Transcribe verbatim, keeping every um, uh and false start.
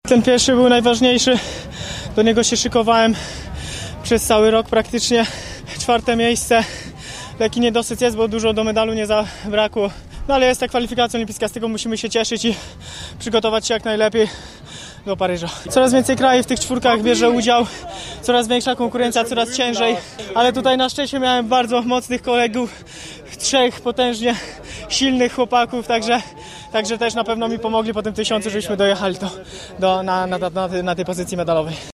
Ten pierwszy był najważniejszy, do niego się szykowałem przez cały rok praktycznie. Czwarte miejsce, lekki niedosyt jest, bo dużo do medalu nie zabrakło. No ale jest ta kwalifikacja olimpijska, z tego musimy się cieszyć i przygotować się jak najlepiej do Paryża. Coraz więcej krajów w tych czwórkach bierze udział, coraz większa konkurencja, coraz ciężej, ale tutaj na szczęście miałem bardzo mocnych kolegów, trzech potężnie silnych chłopaków, także, także też na pewno mi pomogli po tym tysiącu, żebyśmy dojechali do, do, na, na, na, na tej pozycji medalowej.